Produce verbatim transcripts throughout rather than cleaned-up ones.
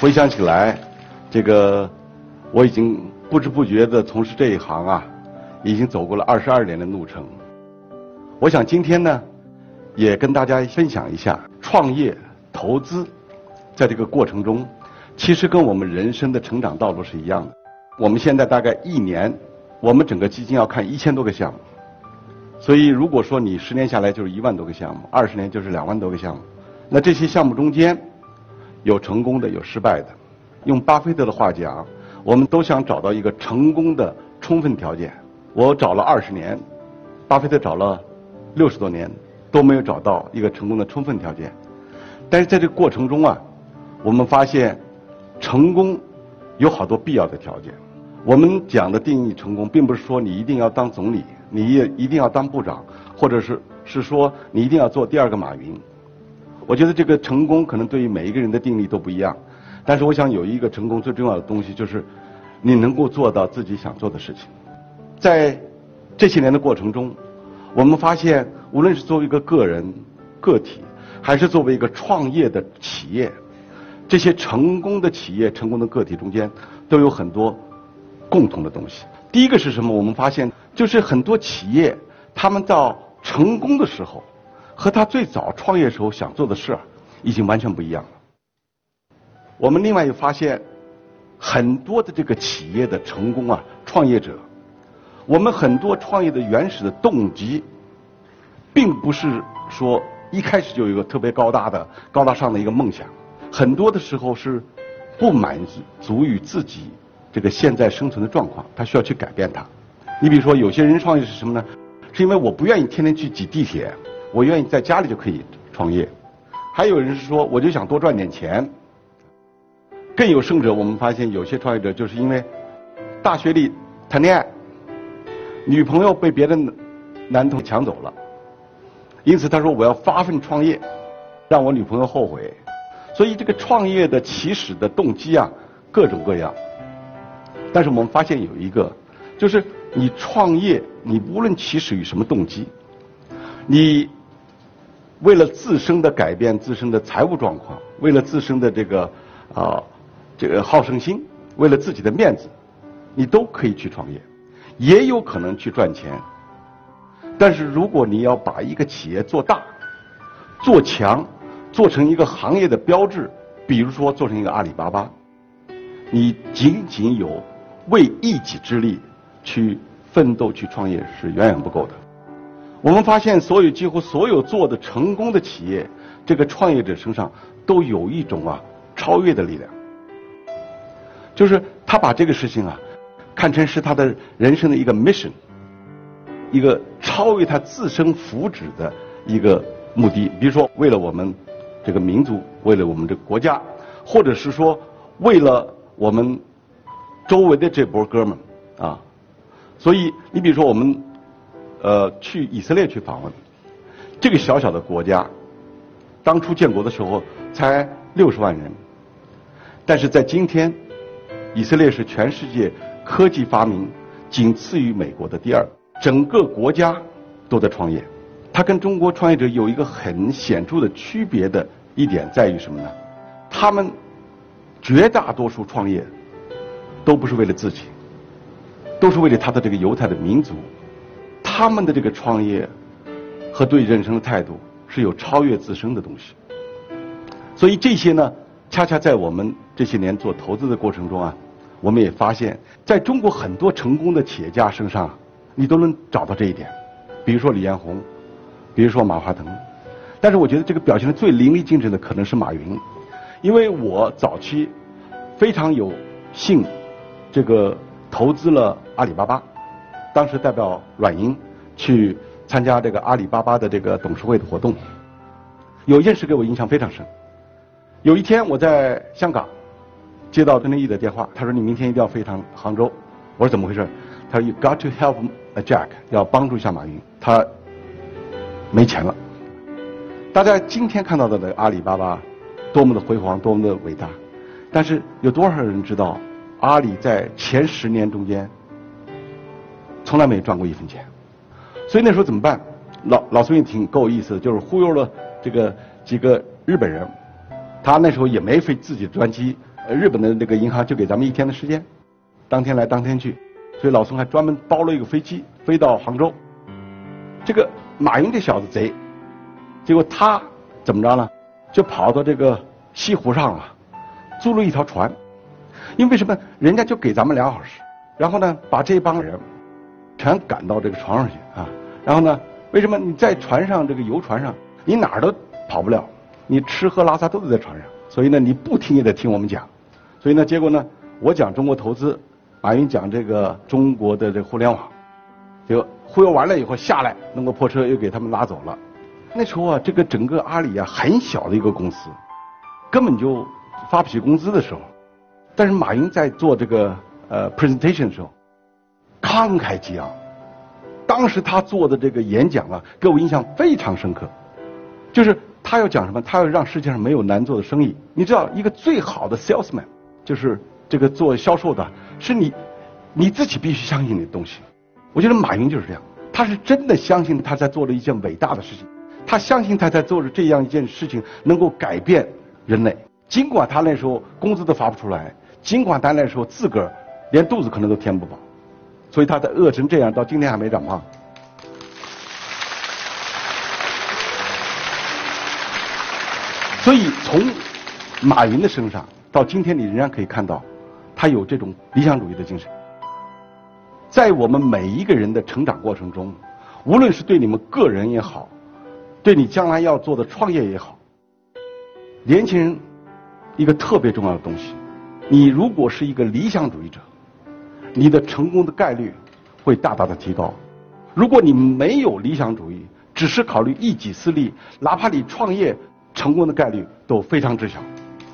回想起来，这个我已经不知不觉地从事这一行啊，已经走过了二十二年的路程。我想今天呢，也跟大家分享一下创业、投资，在这个过程中，其实跟我们人生的成长道路是一样的。我们现在大概一年，我们整个基金要看一千多个项目，所以如果说你十年下来就是一万多个项目，二十年就是两万多个项目，那这些项目中间有成功的，有失败的。用巴菲特的话讲，我们都想找到一个成功的充分条件。我找了二十年，巴菲特找了六十多年，都没有找到一个成功的充分条件。但是在这个过程中啊，我们发现成功有好多必要的条件。我们讲的定义成功，并不是说你一定要当总理，你也一定要当部长，或者是是说你一定要做第二个马云。我觉得这个成功可能对于每一个人的定义都不一样，但是我想有一个成功最重要的东西，就是你能够做到自己想做的事情。在这些年的过程中，我们发现无论是作为一个个人个体，还是作为一个创业的企业，这些成功的企业、成功的个体中间都有很多共同的东西。第一个是什么？我们发现就是很多企业他们到成功的时候，和他最早创业时候想做的事啊，已经完全不一样了。我们另外又发现，很多的这个企业的成功啊，创业者，我们很多创业的原始的动机，并不是说一开始就有一个特别高大的、高大上的一个梦想，很多的时候是不满足于自己这个现在生存的状况，他需要去改变它。你比如说，有些人创业是什么呢？是因为我不愿意天天去挤地铁，我愿意在家里就可以创业。还有人是说，我就想多赚点钱。更有甚者，我们发现有些创业者就是因为大学里谈恋爱，女朋友被别的男同抢走了，因此他说我要发奋创业，让我女朋友后悔。所以这个创业的起始的动机啊，各种各样。但是我们发现有一个，就是你创业，你无论起始于什么动机，你为了自身的改变自身的财务状况，为了自身的这个啊、呃、这个好胜心，为了自己的面子，你都可以去创业，也有可能去赚钱。但是如果你要把一个企业做大、做强，做成一个行业的标志，比如说做成一个阿里巴巴，你仅仅有为一己之力去奋斗去创业是远远不够的。我们发现所有几乎所有做的成功的企业，这个创业者身上都有一种啊超越的力量，就是他把这个事情啊看成是他的人生的一个 mission， 一个超越他自身福祉的一个目的。比如说为了我们这个民族，为了我们这个国家，或者是说为了我们周围的这波哥们啊。所以你比如说我们呃，去以色列去访问，这个小小的国家，当初建国的时候才六十万人，但是在今天，以色列是全世界科技发明仅次于美国的第二，整个国家都在创业。它跟中国创业者有一个很显著的区别的一点在于什么呢？他们绝大多数创业都不是为了自己，都是为了他的这个犹太的民族。他们的这个创业和对人生的态度是有超越自身的东西，所以这些呢，恰恰在我们这些年做投资的过程中啊，我们也发现，在中国很多成功的企业家身上，你都能找到这一点。比如说李彦宏，比如说马化腾，但是我觉得这个表现的最淋漓尽致的可能是马云，因为我早期非常有幸，这个投资了阿里巴巴。当时代表软银去参加这个阿里巴巴的这个董事会的活动，有一件事给我印象非常深。有一天我在香港接到孙正义的电话，他说你明天一定要飞趟杭州。我说怎么回事？他说 You got to help Jack， 要帮助一下马云，他没钱了。大家今天看到的阿里巴巴多么的辉煌，多么的伟大，但是有多少人知道阿里在前十年中间从来没有赚过一分钱？所以那时候怎么办？老老孙也挺够有意思的，就是忽悠了这个几个日本人，他那时候也没飞自己的专机， 呃，日本的那个银行就给咱们一天的时间，当天来当天去，所以老宋还专门包了一个飞机飞到杭州。这个马云这小子贼，结果他怎么着呢？就跑到这个西湖上啊，租了一条船，因为什么？人家就给咱们俩小时，然后呢，把这帮人全赶到这个船上去啊，然后呢，为什么你在船上这个游船上，你哪儿都跑不了，你吃喝拉撒都得在船上，所以呢，你不听也得听我们讲，所以呢，结果呢，我讲中国投资，马云讲这个中国的这个互联网，结果忽悠完了以后下来，弄个破车又给他们拉走了。那时候啊，这个整个阿里啊很小的一个公司，根本就发不起工资的时候，但是马云在做这个呃 presentation 的时候，慷慨激昂。当时他做的这个演讲啊，给我印象非常深刻，就是他要讲什么？他要让世界上没有难做的生意。你知道，一个最好的 salesman， 就是这个做销售的，是你你自己必须相信你的东西。我觉得马云就是这样，他是真的相信他在做了一件伟大的事情。他相信他在做着这样一件事情能够改变人类，尽管他那时候工资都发不出来，尽管他那时候自个儿连肚子可能都填不饱，所以他在饿成这样，到今天还没长胖。所以从马云的身上到今天，你仍然可以看到他有这种理想主义的精神。在我们每一个人的成长过程中，无论是对你们个人也好，对你将来要做的创业也好，年轻人一个特别重要的东西，你如果是一个理想主义者，你的成功的概率会大大的提高。如果你没有理想主义，只是考虑一己私利，哪怕你创业成功的概率都非常之小。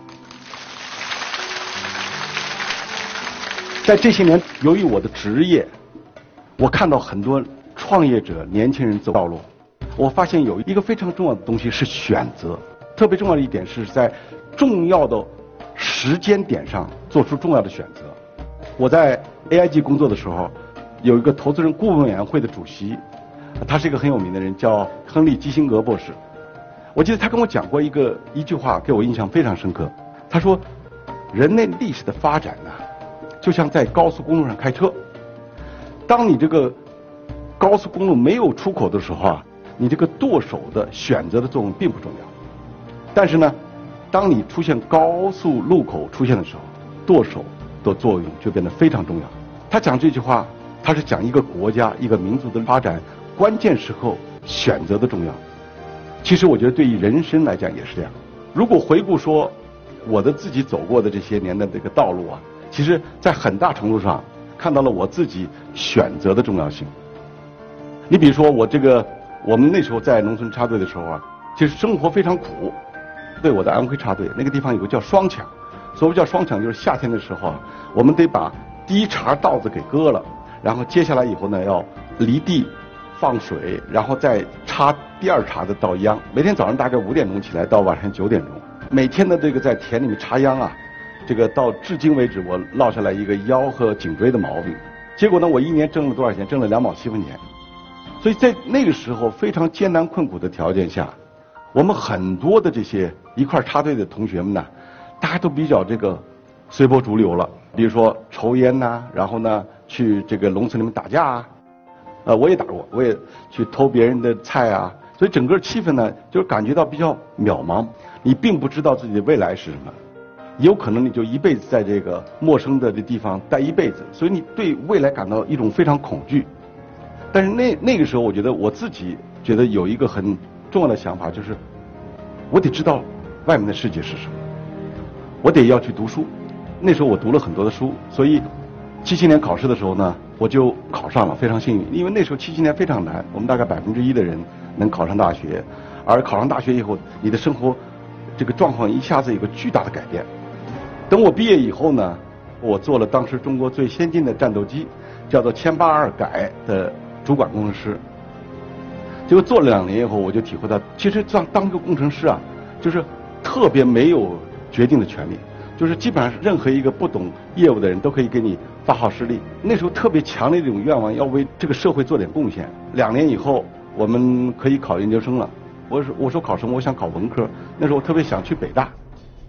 在这些年，由于我的职业，我看到很多创业者、年轻人走道路。我发现有一个非常重要的东西是选择，特别重要的一点是在重要的时间点上做出重要的选择。我在 A I G 工作的时候，有一个投资人顾问委员会的主席，他是一个很有名的人，叫亨利·基辛格博士。我记得他跟我讲过一个一句话，给我印象非常深刻。他说，人类历史的发展呢，就像在高速公路上开车，当你这个高速公路没有出口的时候啊，你这个舵手的选择的作用并不重要，但是呢，当你出现高速路口出现的时候，舵手的作用就变得非常重要。他讲这句话，他是讲一个国家、一个民族的发展关键时候选择的重要。其实我觉得对于人生来讲也是这样。如果回顾说我的自己走过的这些年的这个道路啊，其实在很大程度上看到了我自己选择的重要性。你比如说我这个。我们那时候在农村插队的时候啊，其实生活非常苦。对，我在安徽插队，那个地方有个叫双抢，所谓叫双抢，就是夏天的时候啊，我们得把第一茬稻子给割了，然后接下来以后呢，要犁地、放水，然后再插第二茬的稻秧。每天早上大概五点钟起来，到晚上九点钟，每天的这个在田里面插秧啊，这个到至今为止我落下来一个腰和颈椎的毛病。结果呢，我一年挣了多少钱？挣了两毛七分钱。所以在那个时候非常艰难困苦的条件下，我们很多的这些一块插队的同学们呢，大家都比较这个随波逐流了。比如说抽烟呐、啊，然后呢去这个农村里面打架啊，呃我也打过，我也去偷别人的菜啊，所以整个气氛呢就是感觉到比较渺茫，你并不知道自己的未来是什么，有可能你就一辈子在这个陌生的这地方待一辈子，所以你对未来感到一种非常恐惧。但是那那个时候，我觉得我自己觉得有一个很重要的想法，就是我得知道外面的世界是什么，我得要去读书。那时候我读了很多的书，所以七七年考试的时候呢，我就考上了，非常幸运。因为那时候七七年非常难，我们大概百分之一的人能考上大学，而考上大学以后，你的生活这个状况一下子有个巨大的改变。等我毕业以后呢，我做了当时中国最先进的战斗机，叫做歼八二改的主管工程师。结果做了两年以后，我就体会到，其实当当个工程师啊，就是特别没有决定的权利，就是基本上任何一个不懂业务的人都可以给你发号施令。那时候特别强烈的一种愿望，要为这个社会做点贡献。两年以后，我们可以考研究生了。我说我说考什么？我想考文科。那时候我特别想去北大，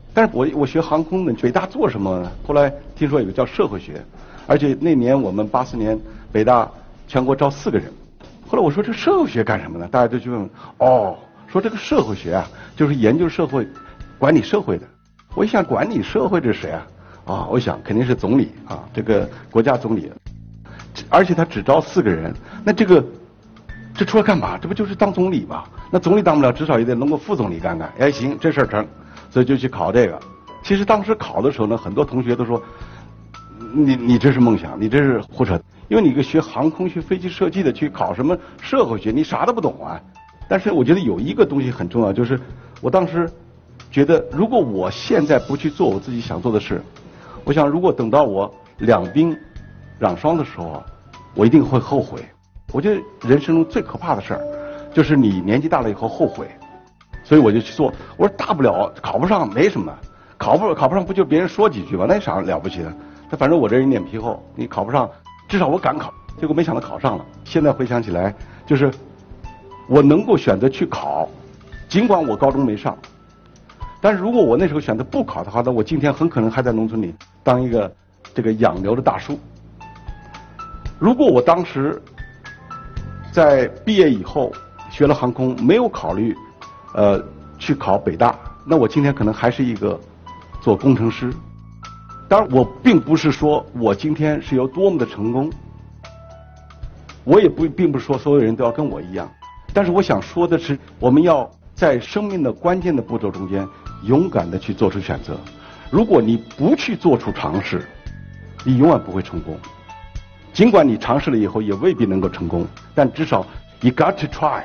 但是我我学航空的，北大做什么呢？后来听说有个叫社会学，而且那年我们八四年北大全国招四个人。后来我说这社会学干什么呢？大家就去问问，哦，说这个社会学啊，就是研究社会、管理社会的。我一想，管理社会这是谁啊？啊，我想肯定是总理啊，这个国家总理。而且他只招四个人，那这个这出来干嘛？这不就是当总理吗？那总理当不了，至少也得弄个副总理干干。哎，行，这事儿成，所以就去考这个。其实当时考的时候呢，很多同学都说，你你这是梦想，你这是胡扯。因为你一个学航空、学飞机设计的，去考什么社会学，你啥都不懂啊。但是我觉得有一个东西很重要，就是我当时觉得，如果我现在不去做我自己想做的事，我想如果等到我两鬓攘霜的时候，我一定会后悔。我觉得人生中最可怕的事儿，就是你年纪大了以后后悔。所以我就去做。我说大不了考不上没什么，考不考不上不就别人说几句吧，那有啥了不起的？那反正我这人脸皮厚，你考不上，至少我敢考。结果没想到考上了。现在回想起来，就是我能够选择去考，尽管我高中没上。但是如果我那时候选择不考的话，那我今天很可能还在农村里当一个这个养牛的大叔。如果我当时在毕业以后学了航空，没有考虑呃去考北大，那我今天可能还是一个做工程师。当然，我并不是说我今天是有多么的成功，我也不并不是说所有人都要跟我一样。但是我想说的是，我们要在生命的关键的步骤中间勇敢的去做出选择。如果你不去做出尝试，你永远不会成功。尽管你尝试了以后也未必能够成功，但至少 you got to try。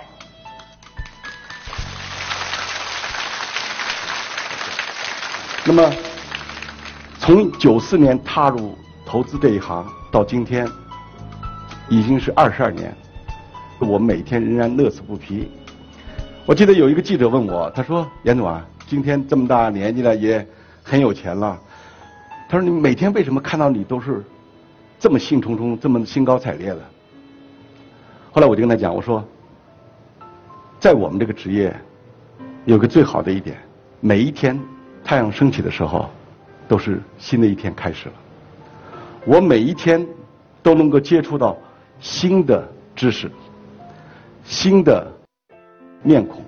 那么从九四年踏入投资这一行到今天已经是二十二年，我每天仍然乐此不疲。我记得有一个记者问我，他说严总啊，今天这么大年纪了也很有钱了，他说你每天为什么看到你都是这么兴冲冲，这么兴高采烈的？后来我就跟他讲，我说在我们这个职业有个最好的一点，每一天太阳升起的时候都是新的一天开始了。我每一天都能够接触到新的知识，新的面孔。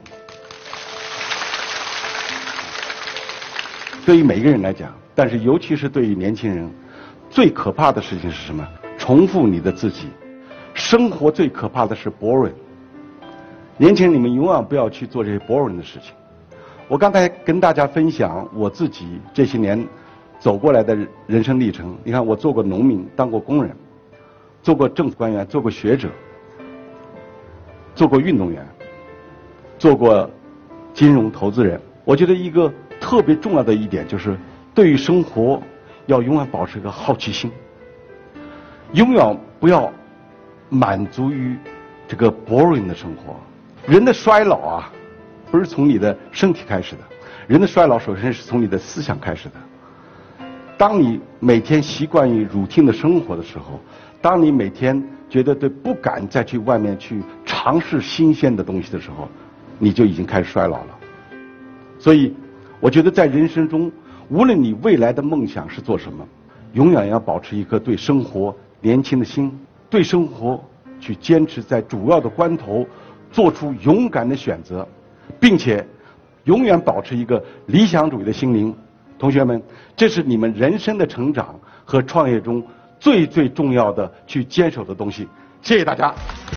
对于每一个人来讲，但是尤其是对于年轻人，最可怕的事情是什么？重复你的自己。生活最可怕的是 boring。年轻人，你们永远不要去做这些 boring 的事情。我刚才跟大家分享我自己这些年走过来的人生历程。你看，我做过农民，当过工人，做过政府官员，做过学者，做过运动员，做过金融投资人。我觉得一个特别重要的一点就是，对于生活要永远保持一个好奇心，永远不要满足于这个 boring 的生活。人的衰老啊，不是从你的身体开始的，人的衰老首先是从你的思想开始的。当你每天习惯于 routine 的生活的时候，当你每天觉得对不敢再去外面去尝试新鲜的东西的时候，你就已经开始衰老了。所以我觉得在人生中，无论你未来的梦想是做什么，永远要保持一颗对生活年轻的心，对生活去坚持在主要的关头做出勇敢的选择，并且永远保持一个理想主义的心灵。同学们，这是你们人生的成长和创业中最最重要的去坚守的东西。谢谢大家。